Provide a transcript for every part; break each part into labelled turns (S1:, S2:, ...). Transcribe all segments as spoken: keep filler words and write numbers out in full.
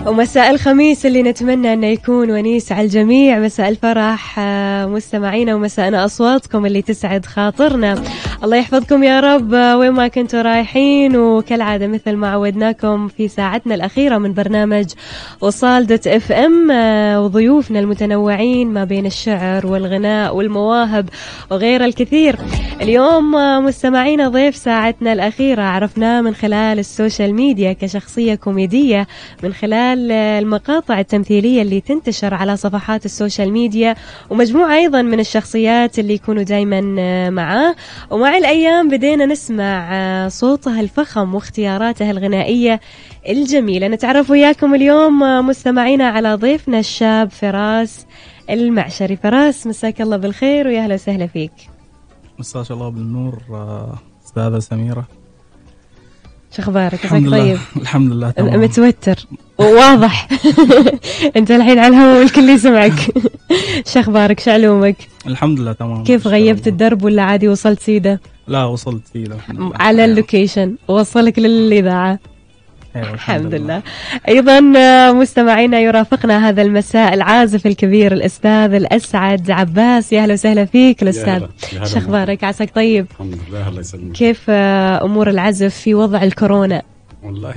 S1: ومساء الخميس اللي نتمنى أنه يكون ونيس على الجميع، مساء الفرح مستمعينا، ومساءنا أصواتكم اللي تسعد خاطرنا. الله يحفظكم يا رب وين ما كنتوا رايحين، وكالعادة مثل ما عودناكم في ساعتنا الأخيرة من برنامج وصال دوت اف ام، وضيوفنا المتنوعين ما بين الشعر والغناء والمواهب وغير الكثير. اليوم مستمعينا ضيف ساعتنا الأخيرة عرفناه من خلال السوشيال ميديا كشخصية كوميدية، من خلال المقاطع التمثيلية اللي تنتشر على صفحات السوشيال ميديا، ومجموعة أيضا من الشخصيات اللي يكونوا دايما معاه. ومع الأيام بدينا نسمع صوته الفخم واختياراته الغنائية الجميلة. نتعرف وياكم اليوم مستمعينا على ضيفنا الشاب فراس المعشري. فراس مساك الله بالخير ويا أهلا وسهلا فيك.
S2: مساك الله بالنور أستاذة سميرة،
S1: شخبارك؟
S2: الحمد لله.
S1: طيب
S2: الحمد لله تمام.
S1: متوتر وواضح. انت الحين على الهواء والكل يسمعك. شخبارك؟ شعلومك؟
S2: الحمد لله تمام.
S1: كيف غيبت الدرب ولا عادي وصلت سيدة؟
S2: لا وصلت سيدة
S1: على اللوكيشن ووصلك للإذاعة.
S2: أيوة
S1: الحمد لله. لله. أيضا مستمعينا يرافقنا هذا المساء العازف الكبير الأستاذ الأسعد عباس. يا أهلا وسهلا فيك الأستاذ، شخبارك؟ عساك طيب؟
S3: الحمد لله الله يسلمك.
S1: كيف أمور العزف في وضع الكورونا؟
S3: والله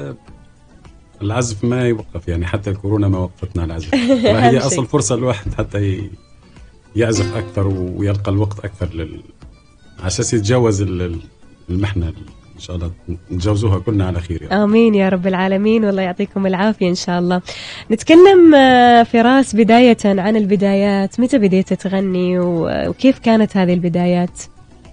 S3: العزف ما يوقف، يعني حتى الكورونا ما وقفتنا العزف. وهي أصل فرصة الواحد حتى يعزف أكثر ويلقى الوقت أكثر لل عشان يتجاوز المحنة. إن شاء الله نتجاوزوها كلنا على خير يعني.
S1: آمين يا رب العالمين، والله يعطيكم العافية إن شاء الله. نتكلم فراس بداية عن البدايات، متى بديت تغني وكيف كانت هذه البدايات؟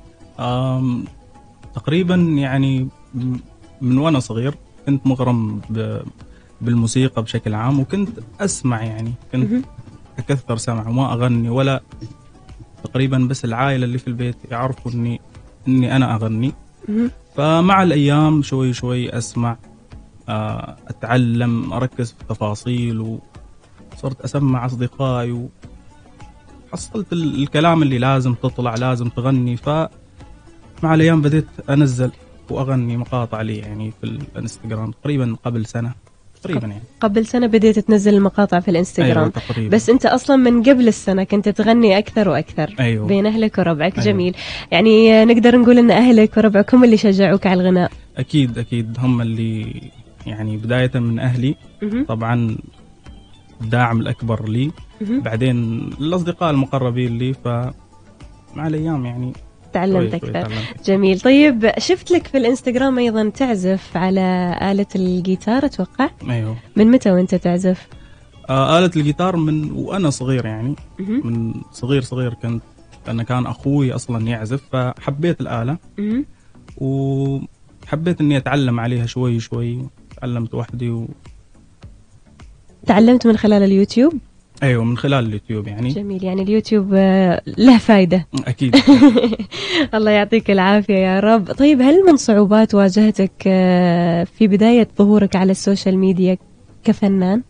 S2: أم تقريبا يعني من وأنا صغير كنت مغرم بالموسيقى بشكل عام، وكنت أسمع يعني كنت أكثر سمع وما أغني ولا تقريبا، بس العائلة اللي في البيت يعرفوا إني إني أنا أغني. فمع الأيام شوي شوي أسمع، أتعلم، أركز في التفاصيل، وصرت أسمع أصدقائي، وحصلت الكلام اللي لازم تطلع لازم تغني. فمع الأيام بديت أنزل وأغني مقاطع لي يعني في الانستغرام تقريبا قبل سنة تقريبا يعني.
S1: قبل سنة بديت تنزل المقاطع في الانستغرام.
S2: أيوة
S1: بس أنت أصلا من قبل السنة كنت تغني أكثر وأكثر.
S2: أيوة.
S1: بين أهلك وربعك.
S2: أيوة.
S1: جميل. يعني نقدر نقول أن أهلك وربعك هم اللي شجعوك على الغناء؟
S2: أكيد أكيد هم اللي يعني بداية من أهلي م- طبعا الداعم الأكبر لي، م- بعدين الأصدقاء المقربين لي، فمع الأيام يعني
S1: تعلمت أكثر. جميل. طيب شفت لك في الانستغرام أيضا تعزف على آلة الجيتار أتوقع؟
S2: أيوه.
S1: من متى وأنت تعزف؟
S2: آه آلة الجيتار من وأنا صغير يعني. م- من صغير صغير كنت، أنا كان أخوي أصلا يعزف فحبيت الآلة، م- وحبيت إني أتعلم عليها شوي شوي. تعلمت وحدي و...
S1: تعلمت من خلال اليوتيوب؟
S2: أيوة من خلال اليوتيوب يعني.
S1: جميل. يعني اليوتيوب له فايدة.
S2: أكيد.
S1: الله يعطيك العافية يا رب. طيب هل من صعوبات واجهتك في بداية ظهورك على السوشيال ميديا كفنان؟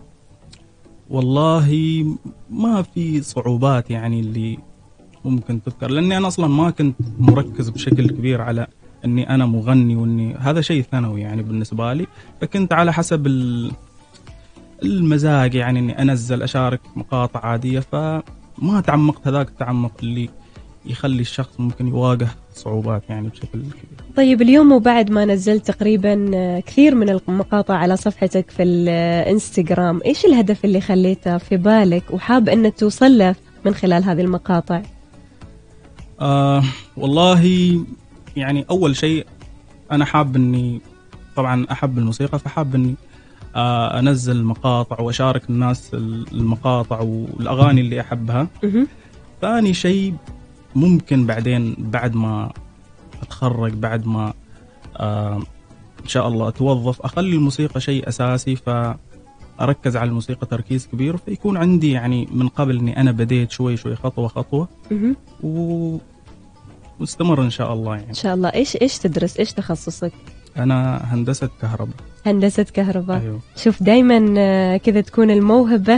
S2: والله ما في صعوبات يعني اللي ممكن تذكر، لأني أنا أصلا ما كنت مركز بشكل كبير على أني أنا مغني، وأني هذا شيء ثانوي يعني بالنسبة لي. فكنت على حسب ال المزاج يعني اني انزل اشارك مقاطع عاديه، فما تعمقت هذاك التعمق اللي يخلي الشخص ممكن يواجه صعوبات يعني بشكل كبير.
S1: طيب اليوم وبعد ما نزلت تقريبا كثير من المقاطع على صفحتك في الانستغرام، ايش الهدف اللي خليته في بالك وحاب ان توصل له من خلال هذه المقاطع؟
S2: آه والله يعني اول شيء انا حاب اني طبعا احب الموسيقى، فحاب اني أنزل مقاطع وأشارك الناس المقاطع والأغاني اللي أحبها. ثاني شيء ممكن بعدين بعد ما أتخرج، بعد ما آه إن شاء الله أتوظف، أخلي الموسيقى شيء أساسي، فأركز على الموسيقى تركيز كبير، فيكون عندي يعني من قبل أني أنا بديت شوي شوي خطوة خطوة واستمر إن شاء الله يعني.
S1: إن شاء الله. إيش إيش تدرس؟ إيش تخصصك؟
S2: أنا هندسة كهرباء.
S1: هندسة كهرباء.
S2: أيوه.
S1: شوف دايما كذا تكون الموهبة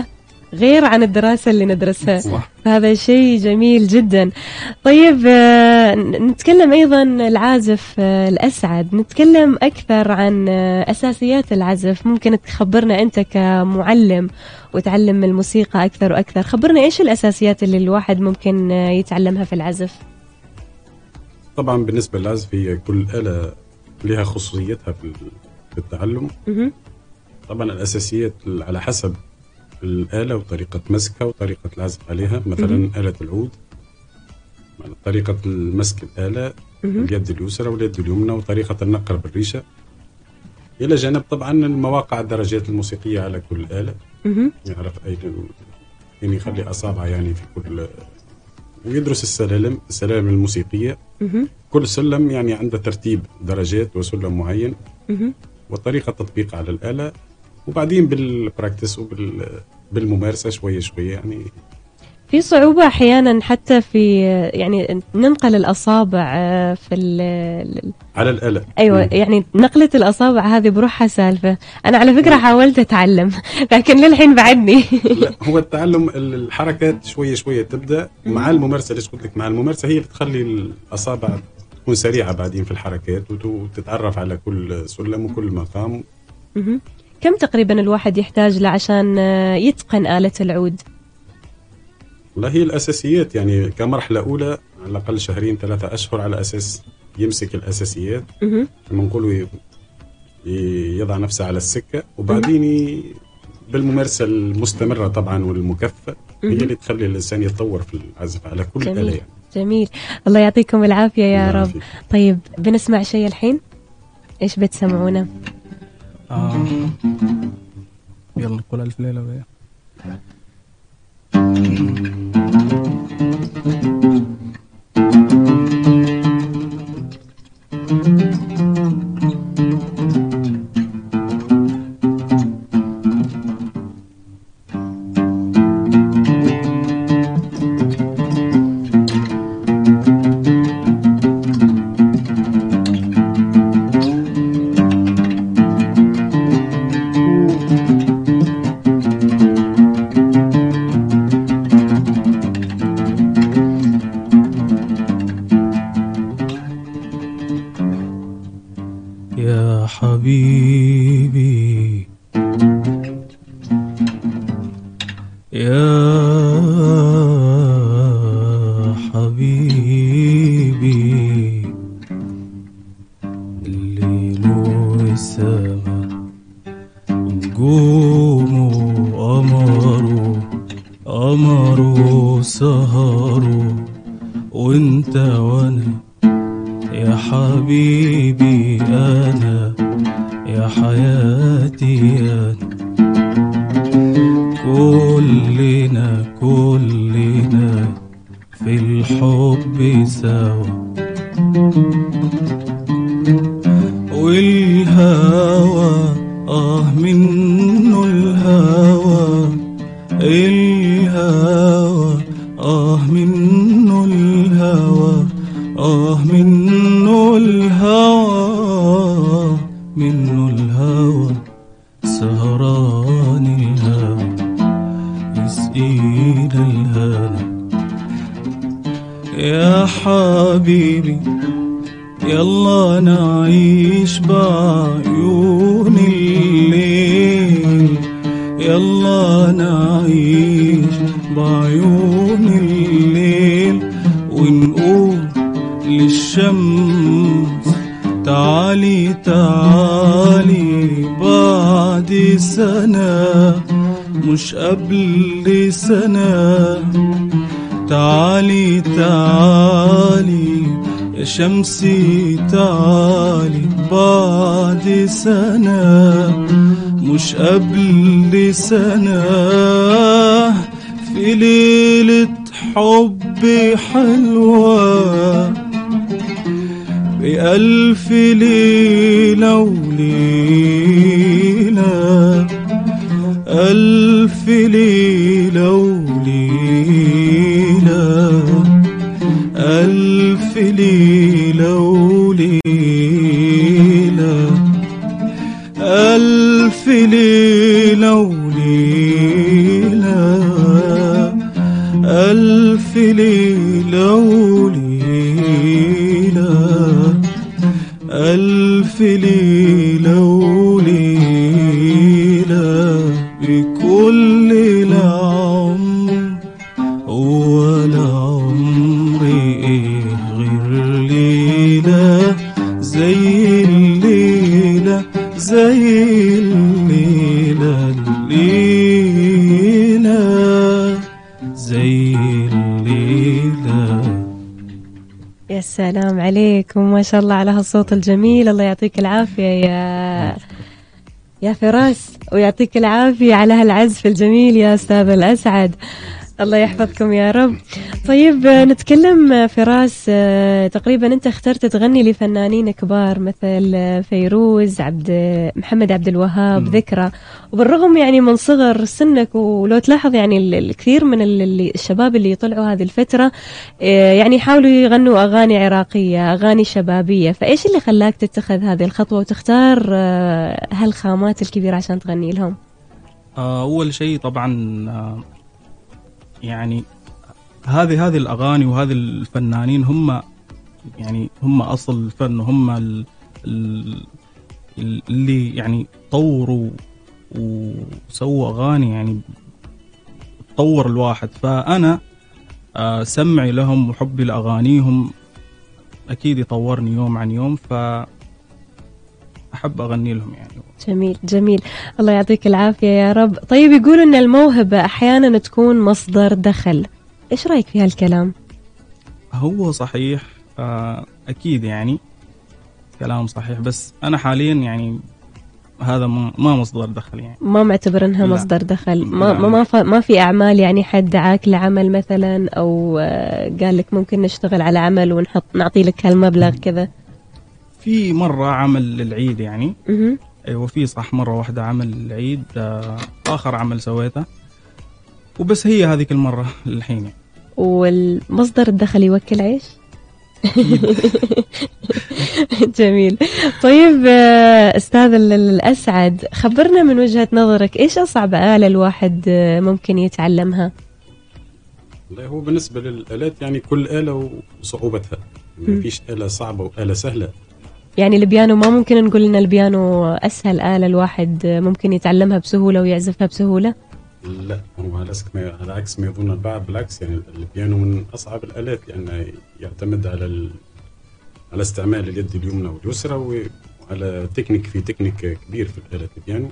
S1: غير عن الدراسة اللي ندرسها.
S3: صح.
S1: هذا شيء جميل جدا. طيب نتكلم أيضا العازف الأسعد، نتكلم أكثر عن أساسيات العزف. ممكن تخبرنا أنت كمعلم وتعلم الموسيقى أكثر وأكثر، خبرنا إيش الأساسيات اللي الواحد ممكن يتعلمها في العزف؟
S3: طبعا بالنسبة للعزف هي كل آلة لها خصوصيتها في التعلم. طبعا الأساسيات على حسب الآلة وطريقة مسكها وطريقة العزف عليها. مثلا آلة العود، طريقة المسك الآلة اليد اليسرى واليد اليمنى، وطريقة النقر بالريشة، إلى جانب طبعا المواقع الدرجات الموسيقية على كل آلة. يعرف أين يعني يخلي أصابعه يعني في كل، ويدرس السلالم السلالم الموسيقية. كل سلم يعني عنده ترتيب درجات وسلم معين وطريقة تطبيق على الآلة، وبعدين بالبراكتس وبالممارسة شوية شوية. يعني
S1: في صعوبة أحيانا حتى في يعني ننقل الأصابع في
S3: على الآلة.
S1: أيوة مم. يعني نقلة الأصابع هذه بروحها سالفة. أنا على فكرة حاولت أتعلم لكن للحين بعدني.
S3: لا، هو التعلم الحركات شوية شوية تبدأ مع الممارسة. ليش قلت لك مع الممارسة؟ هي بتخلي الأصابع تكون سريعة بعدين في الحركات وتتعرف على كل سلم وكل مقام.
S1: مم. كم تقريبا الواحد يحتاج له عشان يتقن آلة العود؟
S3: والله هي الأساسيات يعني كمرحلة أولى على الأقل شهرين ثلاثة أشهر على أساس يمسك الأساسيات. لما نقولوا يضع نفسه على السكة، وبعدين بالممارسة المستمرة طبعا والمكثفة هي اللي تخلي الإنسان يتطور في العزف على كل آلة. يعني
S1: جميل، الله يعطيكم العافية يا رب. عافية. طيب بنسمع شيء الحين، إيش بتسمعونا؟
S2: آه. يلا نقول ألف ليلة ويا حبيبي يا حبيبي، الليل والسما ونجوم وقمر قمر وسهر، وانت وانا يا حبيبي، أنا يا حياتي أنا، كلنا كلنا في الحب سوا، والهوى آه منه الهوى، الهوى آه منه الهوى، آه منه الهوى، منه الهوى، سهران الهوى يسقينا الهنا. يا حبيبي يلا نعيش بعيون الليل، يلا نعيش بعيون الليل، ونقول للشمس تعالي تعالي بعد سنة مش قبل سنة، تعالي تعالي يا شمسي تعالي بعد سنة مش قبل سنة، في ليلة حب حلوة بألف ليلة وليلة، ألف ليلة وليلة، ألف ليلة وليلة، ألف ليلة وليلة، ليلة وليلة ألف ليلة وليلة بكل العمر ولا عمري غير ليلة زي الليلة زي الليلة الليلة زي الليلة.
S1: يا سلام عليكم، ما شاء الله على هالصوت الجميل. الله يعطيك العافية يا يا فراس، ويعطيك العافية على هالعزف الجميل يا أستاذ الأسعد. الله يحفظكم يا رب. طيب نتكلم فراس، تقريبا أنت اخترت تغني لفنانين كبار مثل فيروز، عبد محمد عبد الوهاب، م. ذكرى، وبالرغم يعني من صغر سنك، ولو تلاحظ يعني الكثير من اللي الشباب اللي يطلعوا هذه الفترة يعني يحاولوا يغنوا أغاني عراقية، أغاني شبابية، فإيش اللي خلاك تتخذ هذه الخطوة وتختار هالخامات الكبيرة عشان تغني لهم؟
S2: أول شيء طبعا يعني هذه هذه الأغاني وهذه الفنانين هم يعني هم أصل الفن، وهم اللي يعني طوروا وسووا أغاني يعني تطور الواحد. فأنا سمعي لهم وحبي لأغانيهم أكيد يطورني يوم عن يوم، فأحب أغني لهم يعني.
S1: جميل جميل، الله يعطيك العافية يا رب. طيب يقولوا أن الموهبة أحيانا تكون مصدر دخل، إيش رأيك في هالكلام؟
S2: هو صحيح أكيد يعني كلام صحيح، بس أنا حاليا يعني هذا ما مصدر دخل، يعني
S1: ما معتبر أنها لا. مصدر دخل؟ ما ما ما في أعمال يعني حد دعاك لعمل مثلا، أو قال لك ممكن نشتغل على عمل ونحط نعطي لك هالمبلغ كذا؟
S2: في مرة عمل للعيد يعني
S1: م-
S2: ايوه في صح مرة واحدة عمل العيد، آخر عمل سويته وبس، هي هذيك المرة الحين يعني.
S1: والمصدر الدخل يوكل عيش. جميل. طيب أستاذ الأسعد، خبرنا من وجهة نظرك إيش أصعب آلة الواحد ممكن يتعلمها؟
S3: والله هو بالنسبة للآلات يعني كل آلة وصعوبتها، ما فيش آلة صعبة وآلة سهلة.
S1: يعني البيانو ما ممكن نقول إن البيانو أسهل آلة الواحد ممكن يتعلمها بسهولة ويعزفها بسهولة؟
S3: لا، هو على على عكس ما يظن البعض، بالعكس يعني البيانو من أصعب الآلات، لأنه يعني يعتمد على ال... على استعمال اليد اليمنى واليسرى، وعلى تكنيك في تكنيك كبير في الآلة البيانو.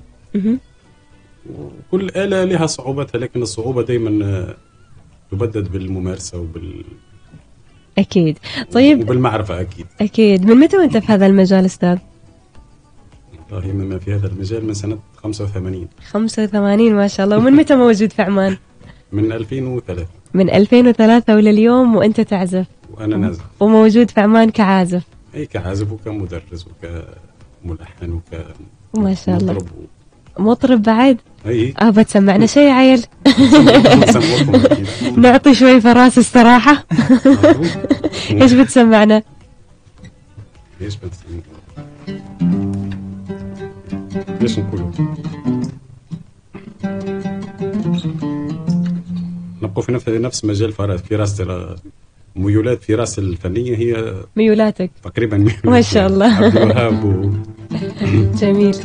S3: وكل آلة لها صعوبتها، لكن الصعوبة دايما تبدد بالممارسة وبال
S1: أكيد. طيب
S3: وبالمعرفة أكيد.
S1: أكيد. من متى وأنت في هذا المجال أستاذ؟
S3: والله مما في هذا المجال من سنة خمسة وثمانين.
S1: خمسة وثمانين ما شاء الله. ومن متى موجود في عمان؟
S3: من ألفين وثلاثة.
S1: من ألفين وثلاثة ولليوم وأنت تعزف؟
S3: وأنا نازل.
S1: وموجود في عمان كعازف؟
S3: أي كعازف وكمدرس وكملحن وك
S1: ما شاء الله. مطرب, و... مطرب بعد؟
S3: أي.
S1: آه بتسمعنا شيء عيل؟ نعطي شوي فراس الصراحة. إيش بتسمعنا؟
S3: إيش بتسمعنا؟ ليش نقوله؟ نبقى في نفس نفس مجال فراس، في راس ميولات في راس الفنية هي
S1: ميولاتك
S3: تقريبا ميولات
S1: ما شاء الله.
S3: عبد الوهاب و...
S1: جميل.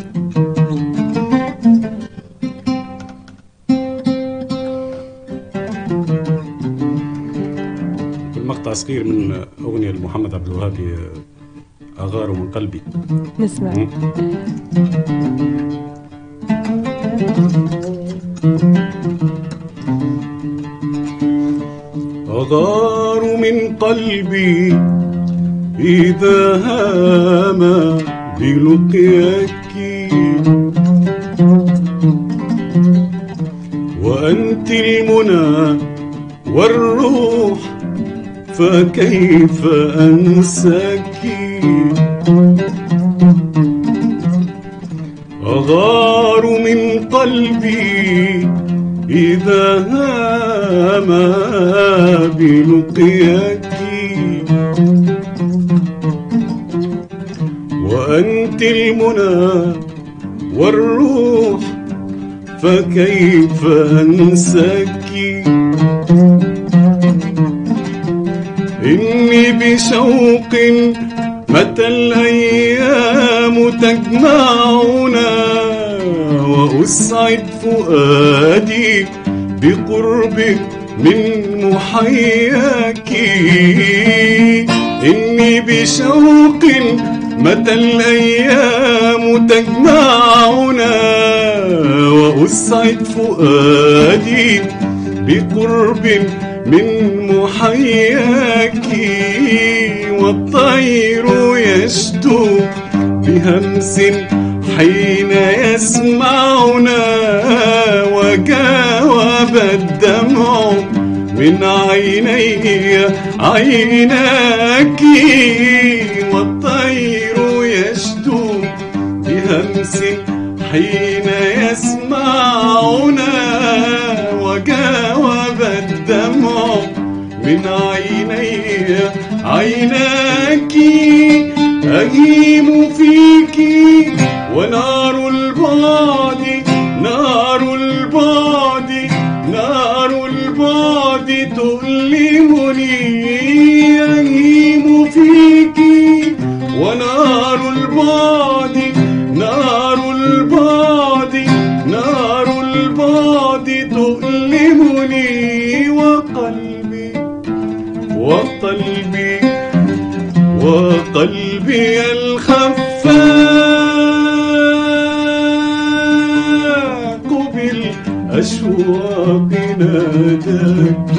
S3: المقطع صغير من أغنية لمحمد عبد الوهاب أغار من قلبي،
S1: نسمع.
S3: أغار من قلبي إذا هام بلقياك، وأنت المنى والروح فكيف أنساك. أغار من قلبي إذا هام بلقياك، وأنت المنى والروح فكيف أنساك. إني بشوق متى الأيام تجمعنا وأسعد فؤادي بقربك من محياك. إني بشوق متى الأيام تجمعنا وأسعد فؤادي بقرب من محياك. والطير يشدو بهمس حين يسمعنا وجاوب الدمع من عيني عيناك. والطير يشدو بهمس حين يسمعنا وجاوب الدمع من عيني عيناك. أهيم فيك ونار البعد نار البعد نار البعد تؤلمني. أهيم فيك ونار البعد نار البعد نار البعد تؤلمني. وقلبي وقلبي وقلبي الخفاق بالأشواق ناداك.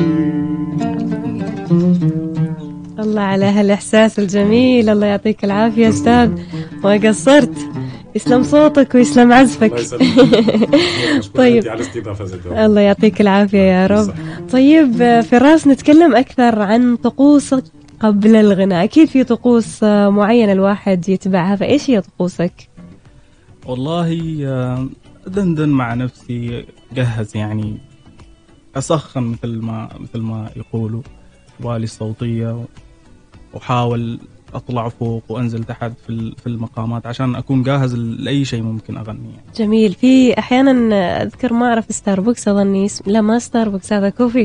S1: الله على هالإحساس الجميل، الله يعطيك العافية أستاذ، ما قصرت. يسلم صوتك ويسلم عزفك. طيب الله يعطيك العافية يا رب. طيب فراس، نتكلم أكثر عن طقوسك قبل الغناء. أكيد في طقوس معينة الواحد يتبعها، فإيش هي طقوسك؟
S2: والله دندن مع نفسي، جهز يعني أسخن مثل ما مثل ما يقولوا والي الصوتية، وحاول أطلع فوق وأنزل تحت في في المقامات عشان أكون جاهز لأي شيء ممكن أغني يعني.
S1: جميل. في أحيانا أذكر ما أعرف ستاربكس أظني، لا ما ستاربكس، هذا كوفي.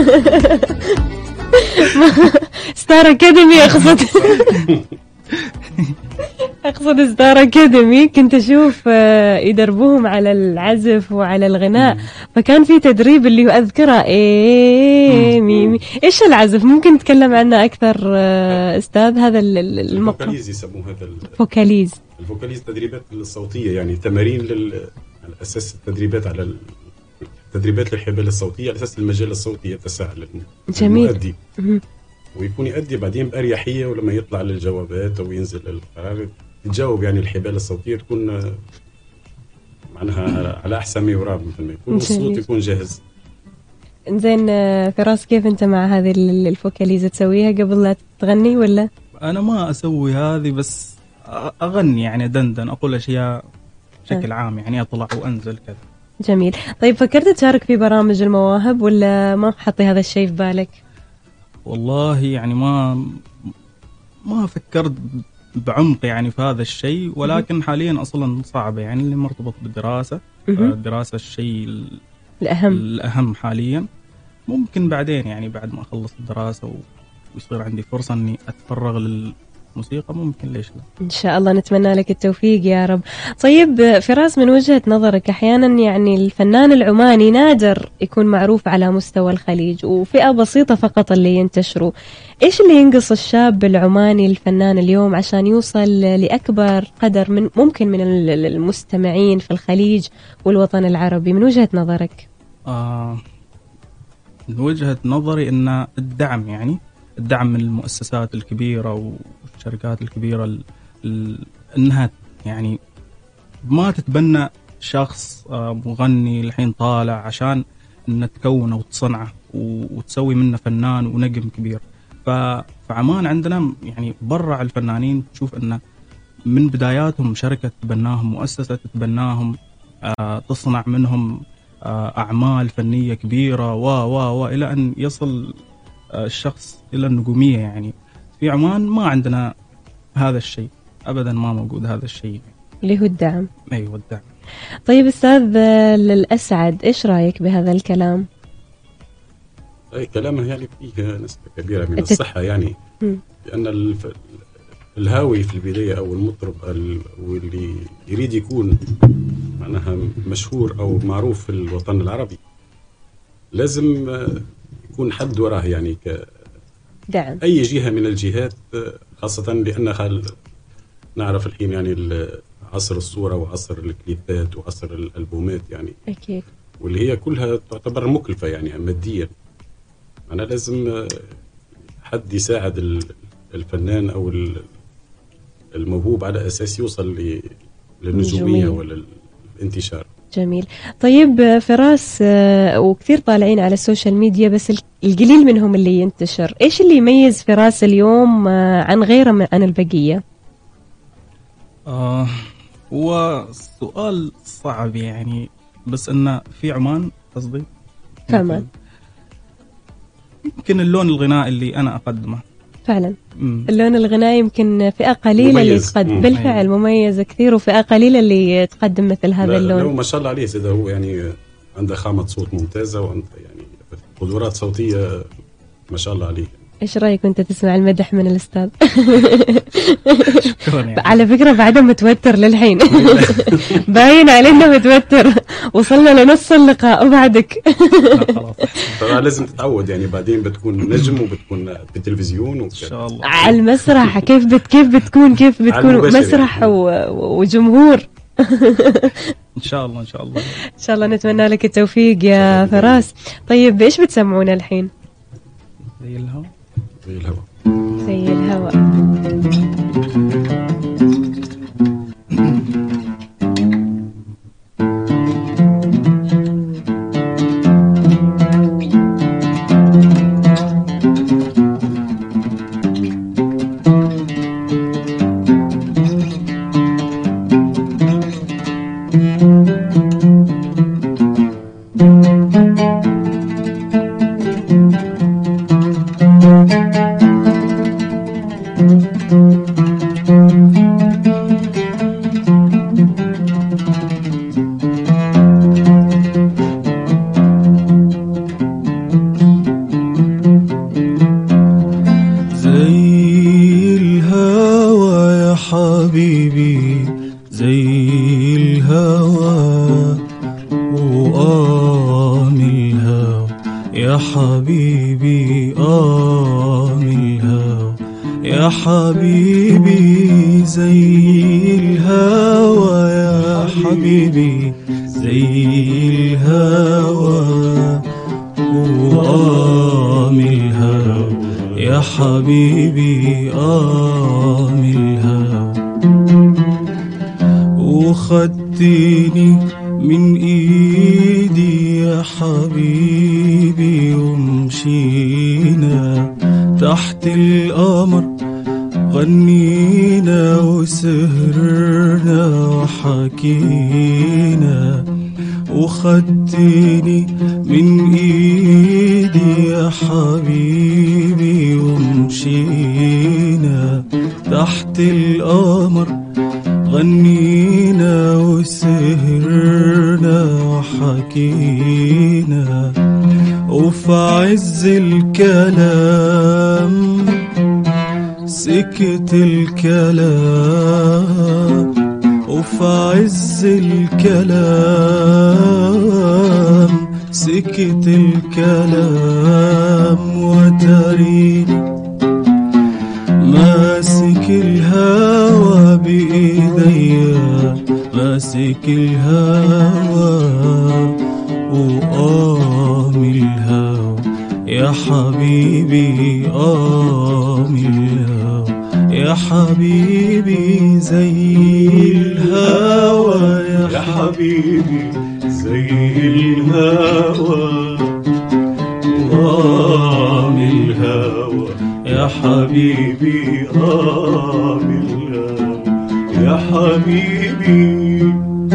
S1: ستار أكاديمي أقصد. أقصد ستار أكاديمي، كنت أشوف يدربوهم على العزف وعلى الغناء، فكان في تدريب اللي أذكره إيه ميمي. إيش العزف؟ ممكن نتكلم عنه أكثر أستاذ؟ هذا المقام
S3: الفوكاليز يسموه، هذا
S1: الفوكاليز.
S3: الفوكاليز تدريبات الصوتية، يعني تمارين لل... على أساس التدريبات على ال... تدريبات للحبال الصوتية على أساس المجال الصوتي يتسع للمؤدي، ويكون يؤدي بعدين بأريحية، ولما يطلع للجوابات أو ينزل للقرار يتجاوب، يعني الحبال الصوتية تكون معناها على أحسن ما يرام، مثل ما يكون الصوت يكون جاهز.
S1: زين فراس، كيف أنت مع هذه الفوكاليز؟ تسويها قبل لا تغني ولا؟
S2: أنا ما أسوي هذه، بس أغني يعني دندن، أقول أشياء بشكل عام، يعني أطلع وأنزل كذا.
S1: جميل. طيب فكرت تشارك في برامج المواهب ولا ما حطي هذا الشيء في بالك؟
S2: والله يعني ما ما فكرت بعمق يعني في هذا الشيء، ولكن حاليا أصلا صعبة، يعني اللي مرتبط بالدراسة. الدراسة الشيء
S1: الأهم
S2: الأهم حاليا. ممكن بعدين يعني بعد ما أخلص الدراسة ويصير عندي فرصة أني أتفرغ للموسيقى، ممكن، ليش لا.
S1: إن شاء الله نتمنى لك التوفيق يا رب. طيب فراس، من وجهة نظرك أحيانا يعني الفنان العماني نادر يكون معروف على مستوى الخليج، وفئة بسيطة فقط اللي ينتشروا. إيش اللي ينقص الشاب العماني الفنان اليوم عشان يوصل لأكبر قدر من ممكن من المستمعين في الخليج والوطن العربي من وجهة نظرك؟
S2: آه من وجهة نظري إن الدعم، يعني الدعم من المؤسسات الكبيرة والشركات الكبيرة، ال ال إنها يعني ما تتبنى شخص مغني الحين طالع عشان إن تكونه وتصنعه وتسوي منه فنان ونجم كبير. فعمان عندنا يعني برع الفنانين تشوف إنه من بداياتهم شركة تتبناهم، مؤسسة تتبناهم، آه تصنع منهم آه أعمال فنية كبيرة و و و إلى أن يصل آه الشخص إلى النجومية. يعني في عمان ما عندنا هذا الشيء أبدا، ما موجود هذا الشيء
S1: اللي هو الدعم.
S2: أيوة الدعم.
S1: طيب أستاذ الأسعد، إيش رأيك بهذا الكلام؟
S3: أي كلامه يعني فيه نسبة كبيرة من الصحة يعني، لأن الف... الهاوي في البداية أو المطرب واللي يريد يكون معناها مشهور أو معروف في الوطن العربي لازم يكون حد وراه يعني ك
S1: دعم.
S3: أي جهة من الجهات، خاصة لأن نعرف الحين يعني عصر الصورة وعصر الكليبات وعصر الألبومات يعني
S1: أكيد،
S3: واللي هي كلها تعتبر مكلفة يعني ماديا. أنا لازم حد يساعد الفنان أو الموهوب على أساس يوصل للنجومية ولا الانتشار.
S1: جميل. طيب فراس، وكثير طالعين على السوشيال ميديا بس القليل منهم اللي ينتشر، إيش اللي يميز فراس اليوم عن غيره عن البقية؟
S2: آه هو سؤال صعب يعني، بس إنه في عمان قصدي
S1: فعلا
S2: يمكن اللون الغنائي اللي أنا أقدمه
S1: فعلا
S2: مم.
S1: اللون الغنائي يمكن فئة قليلة اللي تقدم، بالفعل مميزة كثير، وفئة قليلة اللي تقدم مثل هذا اللون.
S3: لا ما شاء الله عليه سيدا، هو يعني عنده خامة صوت ممتازة وعنده يعني قدرات صوتية ما شاء الله عليه.
S1: ايش رايك وانت تسمع المدح من الاستاذ؟
S2: شكرا يعني.
S1: على فكره بعده متوتر للحين. باين عليه انه متوتر، وصلنا لنص اللقاء وبعدك.
S3: طبعا لازم تتعود يعني، بعدين بتكون نجم وبتكون في التلفزيون
S2: ان شاء الله
S1: على المسرح. كيف بت كيف بتكون كيف بتكون مسرح يعني. وجمهور.
S2: ان شاء الله ان شاء الله
S1: ان شاء الله نتمنى لك التوفيق يا فراس. طيب ايش بتسمعونا الحين؟
S2: زي الهوا
S3: زي الهوا
S1: زي الهوا.
S4: سكت الكلام وفي عز الكلام سكت الكلام وتريني ماسك الهوى بإيديا ماسك الهوى وقامي الهوى يا حبيبي قامي الهوى يا حبيبي زي الهوى يا حبيبي زي الهوى قامي الهوى يا حبيبي قامي الهوى يا حبيبي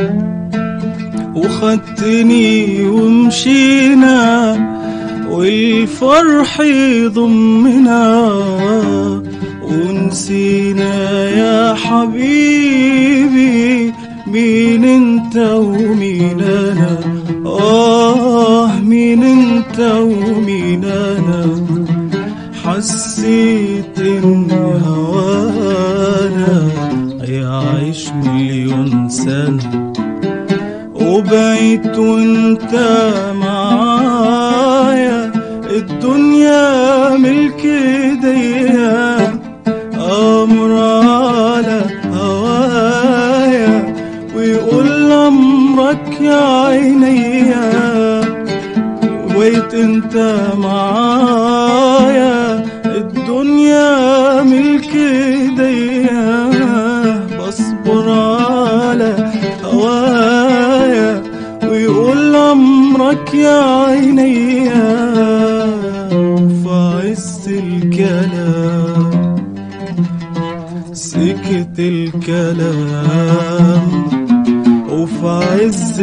S4: وخدتني ومشينا والفرح يضمنا ونسينا يا حبيبي مين انت ومين انا آه مين انت ومين انا حسيت إن هوانا هيعيش مليون سنة، وبعيت وانت معايا الدنيا ملك ايديا، أمر على هوايا ويقول أمرك يا عينيا، وبعيت انت معايا الدنيا ملك ايديا، بصبر على هوايا ويقول أمرك يا عينيا، وفعز الكلام سكت الكلام، وفعز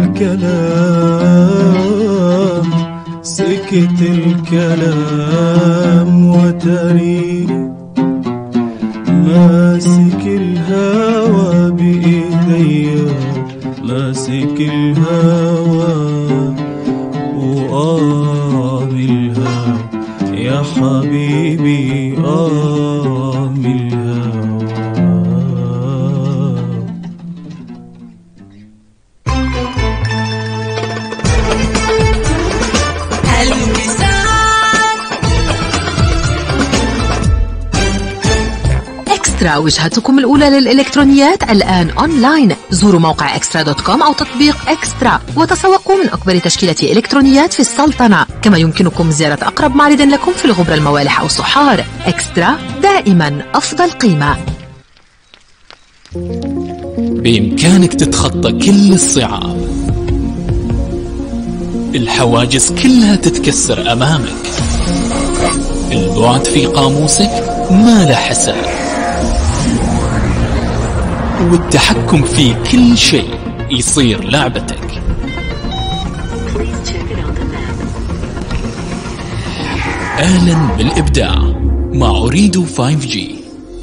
S4: الكلام سكت الكلام، وتريني ماسك الهوى بإيديا، ماسك الهوى وآملها يا حبيبي، آملها.
S5: إكسترا، وجهتكم الأولى للإلكترونيات الآن أونلاين. زوروا موقع إكسترا دوت كوم أو تطبيق إكسترا وتسوقوا من أكبر تشكيلة إلكترونيات في السلطنة. كما يمكنكم زيارة أقرب معرض لكم في الغبرة الموالح أو صحار. إكسترا، دائما أفضل قيمة.
S6: بإمكانك تتخطى كل الصعاب، الحواجز كلها تتكسر أمامك، البعد في قاموسك ما له حساب، والتحكم في كل شيء يصير لعبتك. أهلا بالإبداع مع أريدو فايف جي.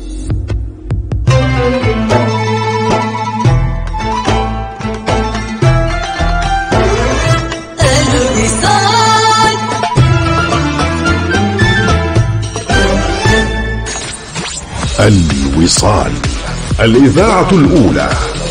S7: الوصال، الإذاعة الأولى.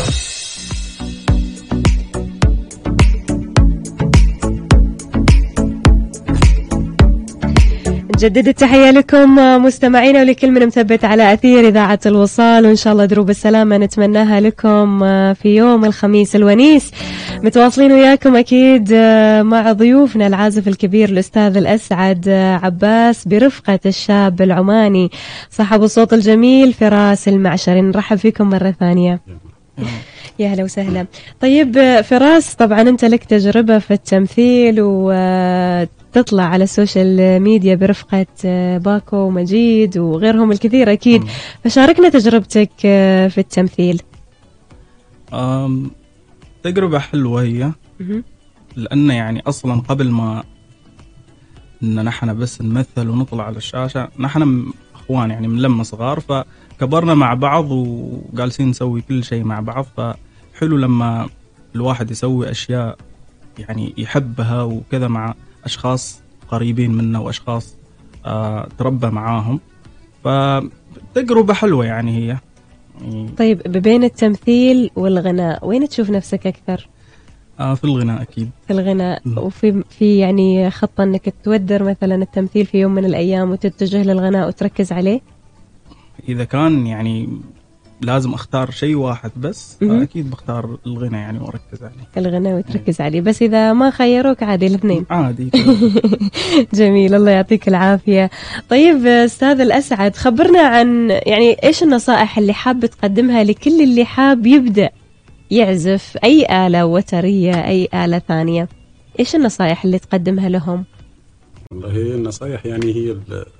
S1: نجدد التحية لكم مستمعينا ولكل من مثبت على أثير إذاعة الوصال، وإن شاء الله دروب السلامة نتمناها لكم في يوم الخميس الونيس. متواصلين وياكم أكيد مع ضيوفنا العازف الكبير الأستاذ الأسعد عباس برفقة الشاب العماني صاحب الصوت الجميل فراس المعشري. نرحب فيكم مرة ثانية. يا هلا وسهلا. طيب فراس، طبعا أنت لك تجربة في التمثيل وتطلع على السوشيال ميديا برفقة باكو ومجيد وغيرهم الكثير أكيد، فشاركنا تجربتك في التمثيل.
S2: أم تجربة حلوة هي، لأن يعني أصلا قبل ما إن نحن بس نمثل ونطلع على الشاشة، نحن أخوان يعني من لما صغار، فكبرنا مع بعض وجالسين نسوي كل شيء مع بعض. فحلو لما الواحد يسوي أشياء يعني يحبها وكذا مع أشخاص قريبين منه وأشخاص آه تربى معاهم، فتجربة حلوة يعني هي.
S1: طيب بين التمثيل والغناء وين تشوف نفسك أكثر؟
S2: آه في الغناء أكيد.
S1: في الغناء. م. وفي في يعني خطة أنك تودر مثلا التمثيل في يوم من الأيام وتتجه للغناء وتركز عليه؟
S2: إذا كان يعني لازم أختار شيء واحد بس، أكيد بختار الغناء يعني وأركز عليه.
S1: الغناء وتركز عليه، بس إذا ما خيروك عادي الاثنين.
S2: عادي.
S1: جميل، الله يعطيك العافية. طيب أستاذ الأسعد، خبرنا عن يعني إيش النصائح اللي حاب تقدمها لكل اللي حاب يبدأ يعزف أي آلة وترية أي آلة ثانية؟ إيش النصائح اللي تقدمها لهم؟
S3: والله هي النصائح يعني هي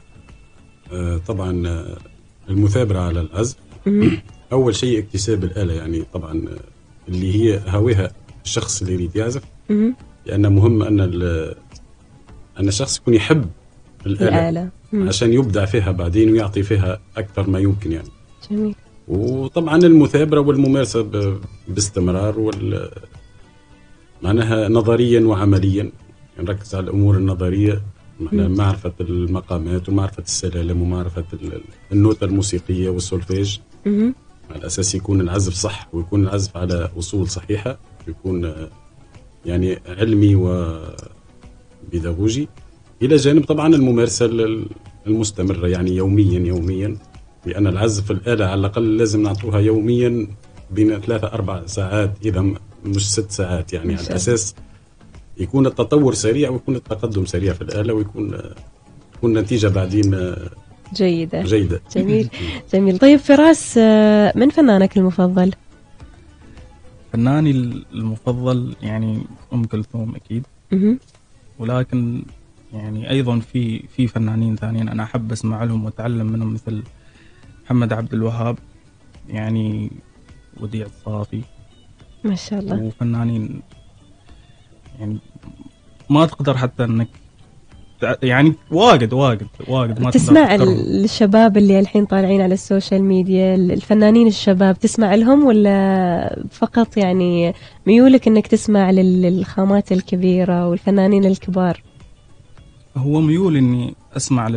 S3: طبعا المثابرة على العزف. أول شيء اكتساب الآلة، يعني طبعا اللي هي هاويها الشخص اللي يريد يعزف، لأن مهم أن أن الشخص يكون يحب الآلة, الآلة. عشان يبدع فيها بعدين ويعطي فيها أكثر ما يمكن يعني.
S1: جميل.
S3: وطبعا المثابرة والممارسة باستمرار، وال معناها نظريا وعمليا، نركز على الأمور النظرية معرفة المقامات ومعرفة السلالم ومعرفة النوتة الموسيقية والسولفيج، على أساس يكون العزف صح ويكون العزف على أصول صحيحة، يكون يعني علمي وبيداغوجي، إلى جانب طبعا الممارسة المستمرة يعني يوميا يوميا، لأن العزف الآلة على الأقل لازم نعطوها يوميا بين ثلاثة أربع ساعات إذا مش ست ساعات، يعني على أساس يكون التطور سريع ويكون التقدم سريع في الآلة، ويكون تكون نتيجة بعدين
S1: جيدة
S3: جيدة.
S1: جميل جميل. طيب فراس، من فنانك المفضل؟
S2: فناني المفضل يعني أم كلثوم أكيد، ولكن يعني أيضا في في فنانين ثانيين أنا أحب أسمع لهم وأتعلم منهم، مثل محمد عبد الوهاب، يعني وديع الصافي
S1: ما شاء الله،
S2: وفنانين يعني ما تقدر حتى انك يعني واجد واجد واجد ما
S1: تسمع الشباب اللي الحين طالعين على السوشيال ميديا، الفنانين الشباب تسمع لهم ولا فقط يعني ميولك انك تسمع للخامات الكبيرة والفنانين الكبار؟
S2: هو ميول اني اسمع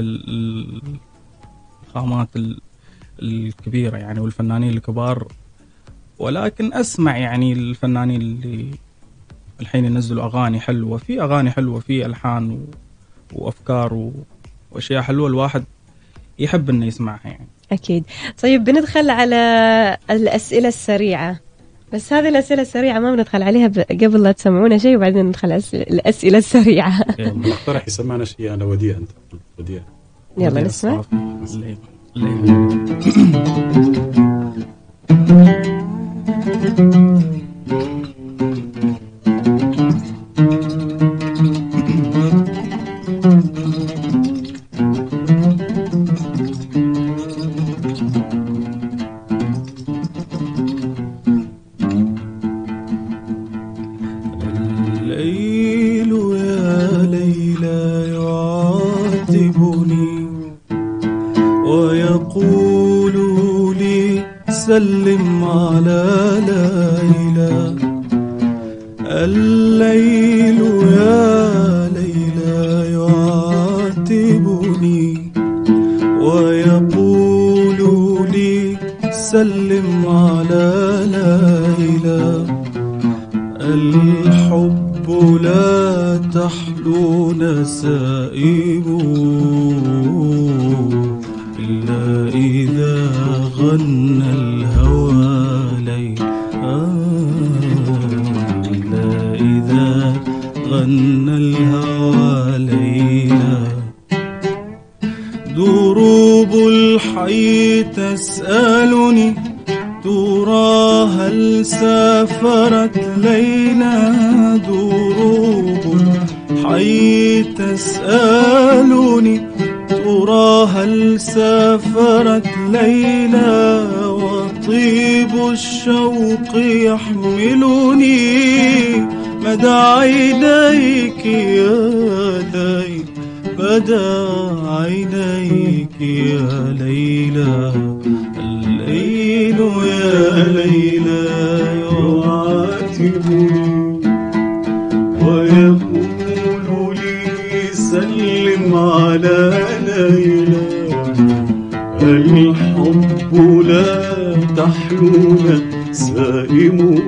S2: للخامات الكبيرة يعني والفنانين الكبار، ولكن اسمع يعني الفنانين اللي الحين ينزلوا أغاني حلوة، في أغاني حلوة، في ألحان و... وأفكار و... وأشياء حلوة الواحد يحب إنه يسمعها يعني.
S1: أكيد. طيب بندخل على الأسئلة السريعة، بس هذه الأسئلة السريعة ما بندخل عليها ب... قبل لا تسمعونا شيء وبعدين ندخل أس... الأسئلة السريعة.
S3: نقترح يسمعنا شيء على وديع. أنت وديع
S1: يلا نسمع.
S4: سلم على ليلى، الليل يا ليلى يعاتبني ويقول لي سلم على ليلى، الحب لا تحلو نسائبه إلا إذا غنى الهوى ليل، إلا إذا غنى الهوى ليلا. دروب الحي تسألني ترى هل سافرت ليلى، دروب الحي تسألني ترى هل سافرت ليلى، وطيب الشوق يحملني مدى عينيك يا ليل، مدى عينيك يا ليلى، الليل يا ليلى يعاتبني ويقول لي سلم على ليلى، الحب لا تحلو نسائمه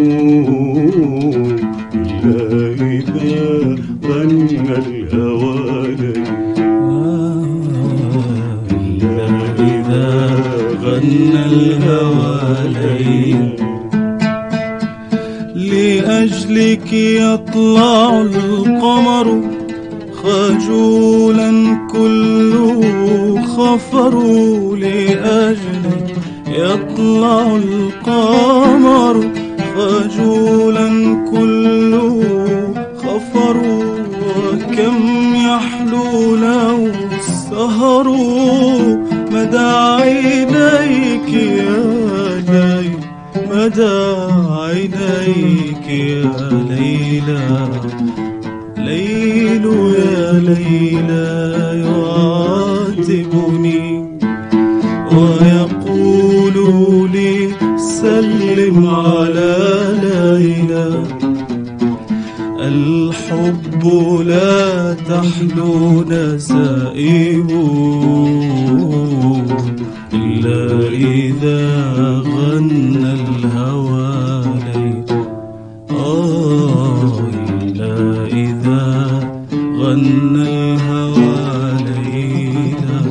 S4: إلا إذا غنى الهوى إلا إذا غنى الهوى ليلا. لأجلك يطلع القمر خجولا كله خفر، لأجلك يطلع القمر خجولا كله خفر، وكم يحلو له السهر مدى عينيك يا ليل، مدى عينيك يا ليلى، ليل يا ليلى يعاتبني ويقول لي سلم على ليلى، الحب لا تحلو نسائمه إلا إذا غنى الهوى لي آه إلا إذا غنى الهوى ليلا.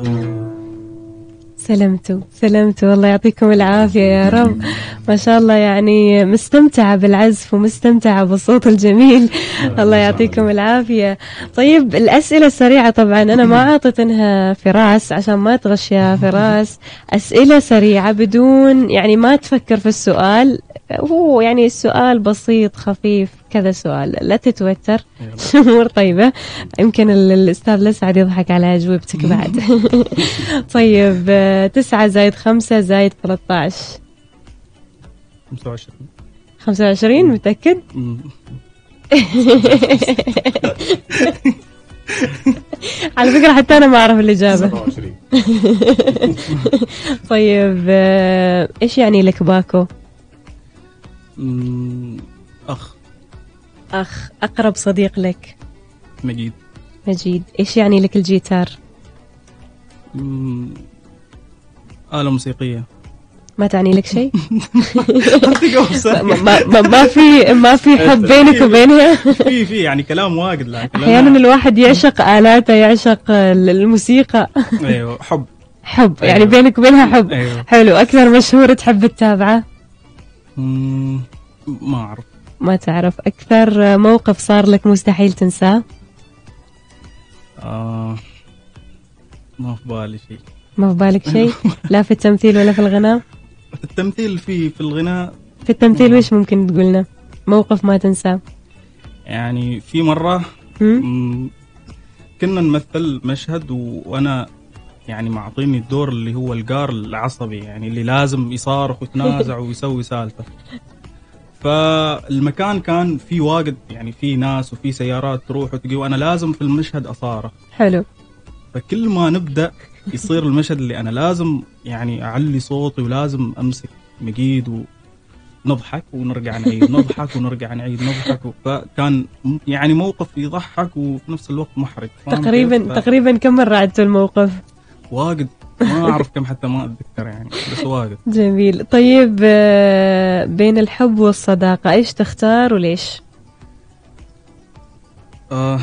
S1: سلمتوا سلمتوا، الله يعطيكم العافية يا رب. ما شاء الله، يعني مستمتعة بالعزف ومستمتعة بالصوت الجميل. الله يعطيكم العافية. طيب الأسئلة السريعة، طبعا أنا ما عاطتنها فراس عشان ما تغش يا فراس. أسئلة سريعة بدون يعني ما تفكر في السؤال، هو يعني السؤال بسيط خفيف كذا سؤال، لا تتوتر. أمور طيبة. يمكن الأستاذ الأسعد يضحك على أجوبتك بعد. طيب تسعة زايد خمسة زايد ثلاثة عشر
S2: خمسة وعشرين.
S1: خمسة وعشرين متأكد؟ على فكرة حتى أنا ما أعرف الإجابة. طيب إيش يعني لك باكو؟
S2: أخ.
S1: أخ. أقرب صديق لك؟
S2: مجيد.
S1: مجيد. إيش يعني لك الجيتار؟
S2: آلة موسيقية.
S1: ما تعني لك شيء؟
S2: ما,
S1: ما, ما في ما في حب بينك وبينها؟
S2: في في يعني كلام واجد.
S1: أحيانا الواحد يعشق آلاته، يعشق الموسيقى.
S2: أيوه حب.
S1: حب يعني أيوه. بينك وبينها حب.
S2: أيوه.
S1: حلو. أكثر مشهور تحب تتابعه؟
S2: ما أعرف.
S1: ما تعرف. أكثر موقف صار لك مستحيل تنساه؟
S2: آه ما في بالي شيء.
S1: ما في بالك شيء؟ لا في التمثيل ولا في الغناء؟
S2: التمثيل في في الغناء.
S1: في التمثيل ويش ممكن تقولنا موقف ما تنساه؟
S2: يعني في مرة م- كنا نمثل مشهد و... وأنا يعني معطيني الدور اللي هو الجار العصبي، يعني اللي لازم يصارخ ويتنازع ويسوي سالفة. فالمكان كان فيه واجد، يعني فيه ناس وفيه سيارات تروح وتجي، وأنا لازم في المشهد أصارخ.
S1: حلو.
S2: فكل ما نبدأ يصير المشهد اللي أنا لازم يعني أعلي صوتي ولازم أمسك مجيد ونضحك ونرجع نعيد، نضحك ونرجع نعيد، نضحك. فكان يعني موقف يضحك وفي نفس الوقت محرج.
S1: تقريبا ف... تقريبا كم مرة عدتوا الموقف؟
S2: واجد، ما أعرف كم حتى ما أتذكر يعني، بس واجد.
S1: جميل. طيب بين الحب والصداقة إيش تختار وليش؟
S2: آه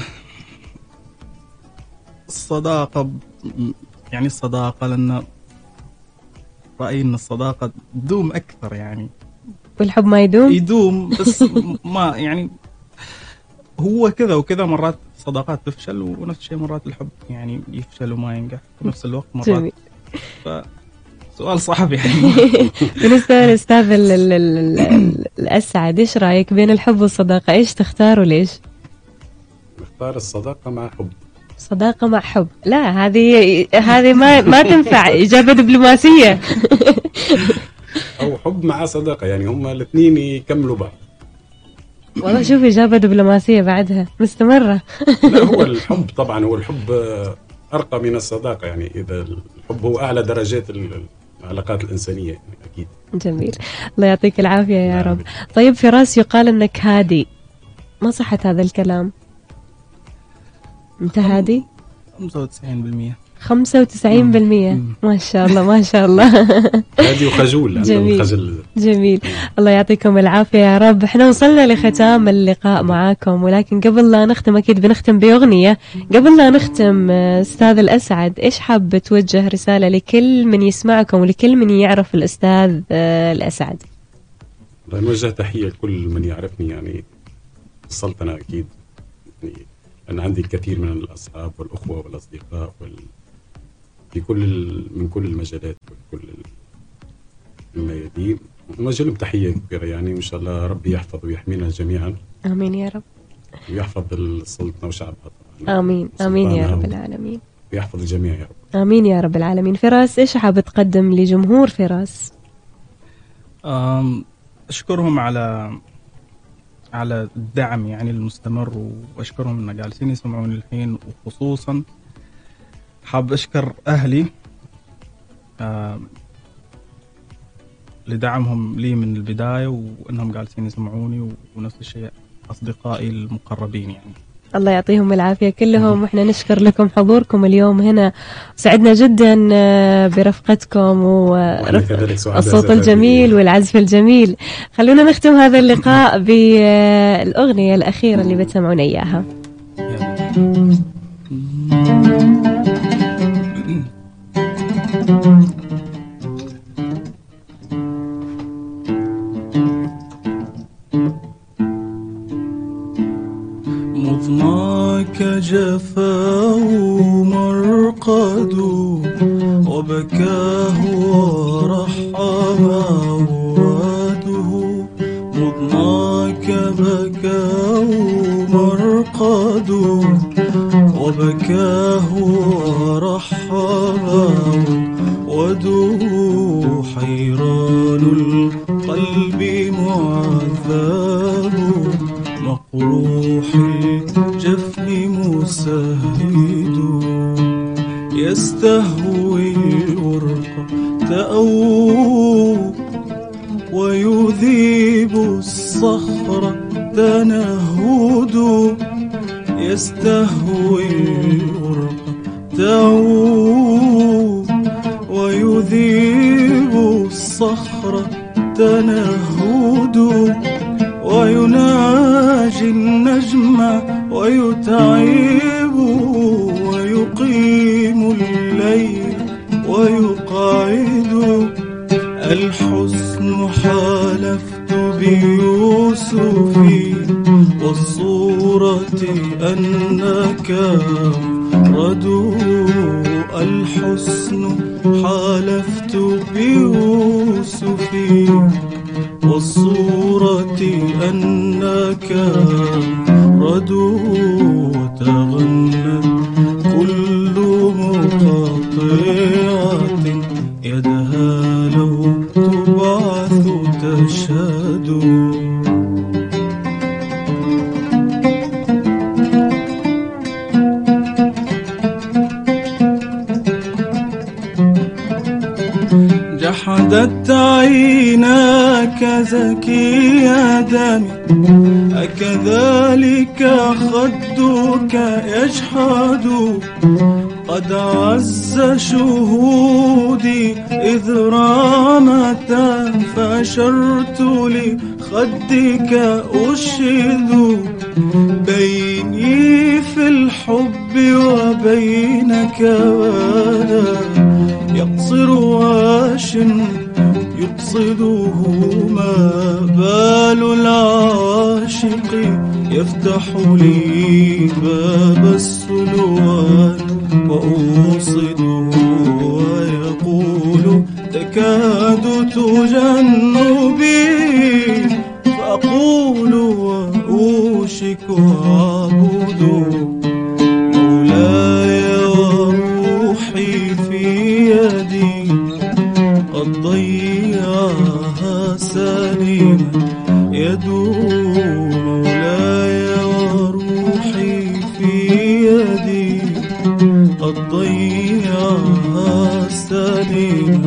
S2: الصداقة، يعني الصداقة لأن رأيي أن الصداقة تدوم أكثر يعني.
S1: والحب ما يدوم؟
S2: يدوم بس ما يعني هو كذا وكذا، مرات صداقات تفشل ونفس الشيء مرات الحب يعني يفشل وما ينجح في نفس الوقت مرات.
S1: جميل.
S2: فسؤال صعب يعني.
S1: بالنسبة للأستاذ الأسعد إيش رأيك بين الحب والصداقة؟ إيش تختار وليش؟
S3: نختار الصداقة مع حب.
S1: صداقة مع حب؟ لا هذه هذه ما ما تنفع، إجابة دبلوماسية.
S3: أو حب مع صداقة، يعني هم الاثنين يكملوا بعض.
S1: والله شوف إجابة دبلوماسية بعدها مستمرة.
S3: لا هو الحب طبعا، هو الحب أرقى من الصداقة، يعني إذا الحب هو أعلى درجات العلاقات الإنسانية يعني أكيد.
S1: جميل. الله يعطيك العافية يا رب. طيب فراس، يقال أنك هادي، ما صحة هذا الكلام؟ أنت هادي؟
S2: خمسة وتسعين بالمئة.
S1: خمسة وتسعين بالمئة ما شاء الله ما شاء الله.
S3: هادي وخجول.
S1: جميل.
S3: خجل.
S1: جميل. الله يعطيكم العافية يا رب. احنا وصلنا لختام اللقاء معاكم، ولكن قبل لا نختم أكيد بنختم بأغنية. قبل لا نختم أستاذ الأسعد، إيش حاب توجه رسالة لكل من يسمعكم ولكل من يعرف الأستاذ الأسعد؟
S3: نوجه تحية لكل من يعرفني، يعني السلطنة أكيد، يعني أنا عندي الكثير من الأصحاب والأخوة والأصدقاء وال... في كل ال... من كل المجالات وكل الميادين. نوجه لهم تحية كبيرة يعني، وإن شاء الله ربي يحفظ ويحمينا جميعا.
S1: آمين يا رب.
S3: ويحفظ السلطنة وشعبها طبعا.
S1: آمين آمين يا رب العالمين.
S3: ويحفظ الجميع يا رب.
S1: آمين يا رب العالمين. فراس، إيش حاب تقدم لجمهور فراس؟
S2: أشكرهم على على الدعم يعني المستمر، وأشكرهم إن جالسين يسمعوني الحين، وخصوصا حاب أشكر أهلي آه لدعمهم لي من البداية، وإنهم جالسين يسمعوني، ونفس الشيء أصدقائي المقربين يعني.
S1: الله يعطيهم العافية كلهم، وإحنا نشكر لكم حضوركم اليوم هنا، سعدنا جدا برفقتكم والصوت الجميل والعزف الجميل. خلونا نختم هذا اللقاء بالأغنية الأخيرة اللي بتسمعون إياها.
S4: مضناك جفاه مرقد وبكاه ورحب عواده. مضناك بكاه مرقد وبكاه ورحب عواده. حيران القلب معذب مقروح الجفن مسهد. يستهوي الورق تأوب ويذيب الصخر تنهد. يستهوي الورق تأوب ويذيب الصخر تنهد. ويناجي النجم ويتعب ويقيم الليل ويقعد. الحسن حالفت بيوسف والصورة أنك ردو. الحسن حالفت بيوسف والصورة أنك ردو. وتغنت كل مقاطعة يدها لو تبعث تشهد. جحدت عيناك زكي دمي أكذلك خدك يجحد. قد عز شهودي إذ رامت فأشرت لخدك أشهد. بيني في الحب وبينك ولا يقصر واش يقصده. ما بال العاشق يفتح لي باب السلوان وأوصده. ويقول تكاد تجن بي فأقول وأوشك أعبد. مولاي وروحي في يدي قد ضيعها سليما يدوم. مولاي وروحي في يدي قد ضيعها سليما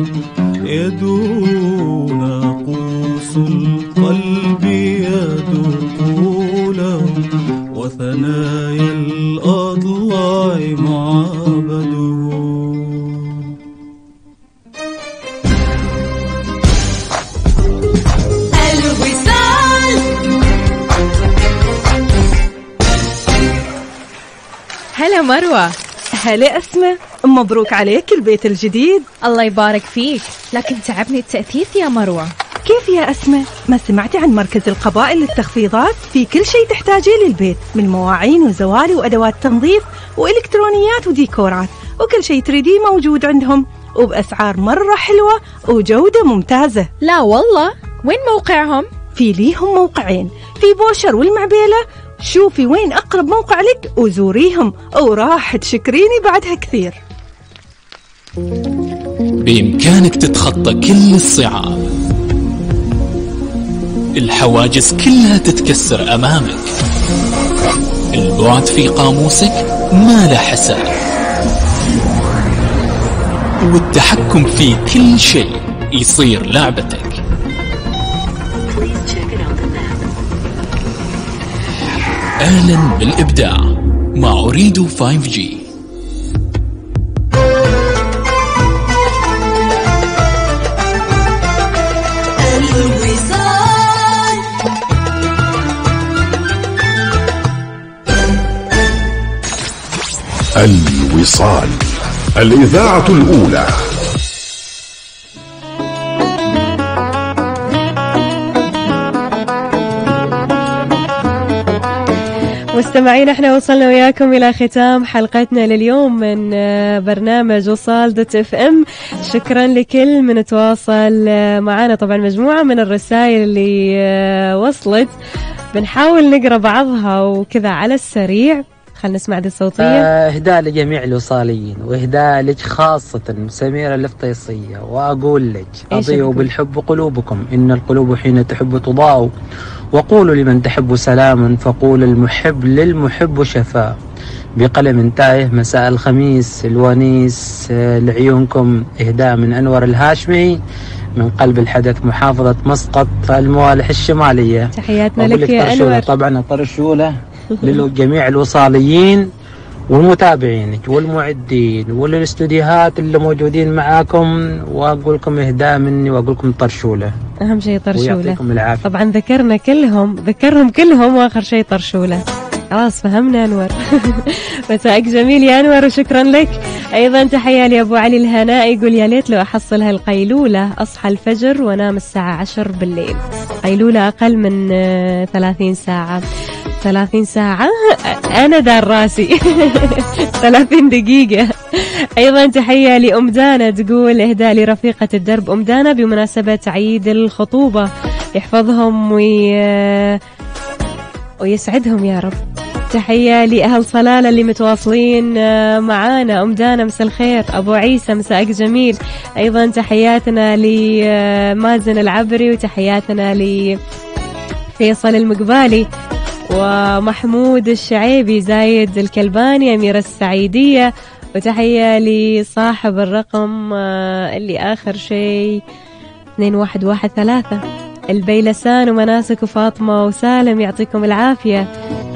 S4: يدوم. ناقوس القلب يدق له وثنايا الأضلاع معبده.
S8: هلا مروة.
S9: هلا أسماء، مبروك عليك البيت الجديد.
S8: الله يبارك فيك، لكن تعبني التأثيث يا مروة.
S9: كيف يا أسماء؟ ما سمعتي عن مركز القبائل للتخفيضات؟ في كل شيء تحتاجيه للبيت من مواعين وزوالي وأدوات تنظيف وإلكترونيات وديكورات، وكل شيء تريديه موجود عندهم وبأسعار مرة حلوة وجودة ممتازة.
S8: لا والله، وين موقعهم؟
S9: في ليهم موقعين، في بوشر والمعبيلة. شوفي وين أقرب موقع لك وزوريهم وراح تشكريني بعدها كثير.
S6: بإمكانك تتخطى كل الصعاب، الحواجز كلها تتكسر أمامك، البعد في قاموسك ما له حساب، والتحكم في كل شيء يصير لعبتك. أهلا بالإبداع مع أريد فايف جي.
S7: الوصال، الإذاعة الأولى.
S1: مستمعين، احنا وصلنا وياكم الى ختام حلقتنا لليوم من برنامج وصال دوت اف ام. شكرا لكل من تواصل معنا. طبعا مجموعة من الرسائل اللي وصلت بنحاول نقرأ بعضها وكذا على السريع. خلنا نسمع دي الصوتية.
S10: اهداء لجميع الوصاليين، واهداء لك خاصة سميرة الفطيسية، واقول لك اضيئوا بالحب قلوبكم، ان القلوب حين تحب تضاء، وقولوا لمن تحب سلاما، فقول المحب للمحب شفاء. بقلم تايه مساء الخميس الونيس لعيونكم. اهداء من انور الهاشمي من قلب الحدث، محافظة مسقط الموالح الشمالية.
S1: تحياتنا لك يا انور.
S10: طبعا الطرشولة لجميع الوصاليين والمتابعين والمعدين والاستوديوهات اللي موجودين معاكم، واقول لكم اهداء مني واقول لكم طرشوله.
S1: اهم شيء طرشوله.
S10: ويعطيكم العافيه.
S1: طبعا ذكرنا كلهم، ذكرهم كلهم، واخر شيء طرشوله. خلاص فهمنا انور. مساءك جميل يا انور وشكرا لك. ايضا تحيه لابو علي الهنائي، يقول يا ليت لو احصل هالقيلوله، اصحى الفجر وانام الساعه عشر بالليل. قيلوله اقل من ثلاثين ساعه. ثلاثين ساعة أنا دار راسي. ثلاثين دقيقة. أيضا تحية لأم دانا، تقول إهداء لرفيقة الدرب أم دانا بمناسبة عيد الخطوبة، يحفظهم وي... ويسعدهم يا رب. تحية لأهل صلالة اللي متواصلين معانا. أم دانا مساء الخير. أبو عيسى مساءك جميل. أيضا تحياتنا لمازن العبري، وتحياتنا لفيصل المقبالي ومحمود الشعيبي، زايد الكلباني، أميرة السعيدية، وتحية لصاحب الرقم اللي آخر شيء اثنين واحد واحد ثلاثة، البيلسان ومناسك وفاطمة وسالم، يعطيكم العافية.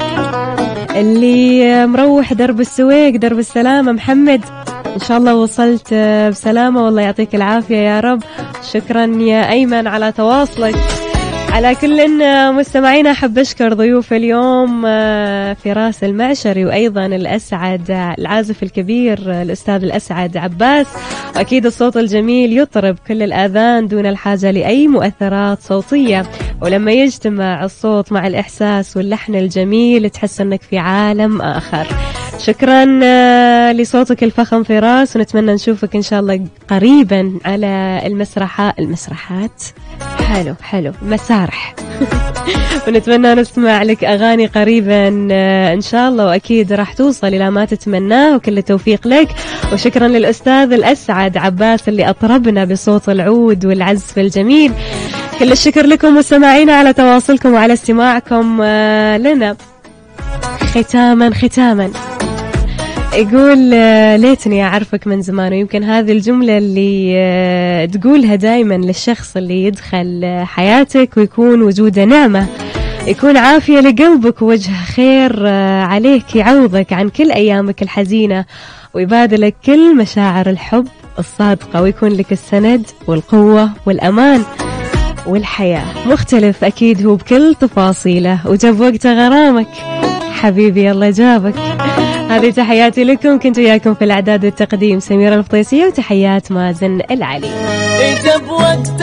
S1: اللي مروح درب السويق، درب السلامة، محمد إن شاء الله وصلت بسلامة، والله يعطيك العافية يا رب. شكرا يا أيمن على تواصلك. على كل مستمعينا أحب أشكر ضيوف اليوم فراس المعشري، وأيضا الأسعد العازف الكبير الأستاذ الأسعد عباس، وأكيد الصوت الجميل يطرب كل الآذان دون الحاجة لأي مؤثرات صوتية، ولما يجتمع الصوت مع الإحساس واللحن الجميل تحس أنك في عالم آخر. شكرا لصوتك الفخم فراس، ونتمنى نشوفك إن شاء الله قريبا على المسرحات المسرحات حلو حلو مسارح. ونتمنى نسمع لك أغاني قريبا إن شاء الله، وأكيد راح توصل إلى ما تتمناه، وكل التوفيق لك. وشكرا للأستاذ الأسعد عباس اللي أطربنا بصوت العود والعزف الجميل. كل الشكر لكم مستمعينا على تواصلكم وعلى استماعكم لنا. ختاما ختاما يقول ليتني أعرفك من زمان، ويمكن هذه الجملة اللي تقولها دايما للشخص اللي يدخل حياتك ويكون وجوده نعمة، يكون عافية لقلبك ووجه خير عليك، يعوضك عن كل أيامك الحزينة ويبادلك كل مشاعر الحب الصادقة، ويكون لك السند والقوة والأمان والحياة. مختلف أكيد هو بكل تفاصيله، وجاب وقت غرامك حبيبي الله جابك. هذه تحياتي لكم، كنت وياكم في الإعداد والتقديم سميرة الفطيسية، وتحيات مازن العلي.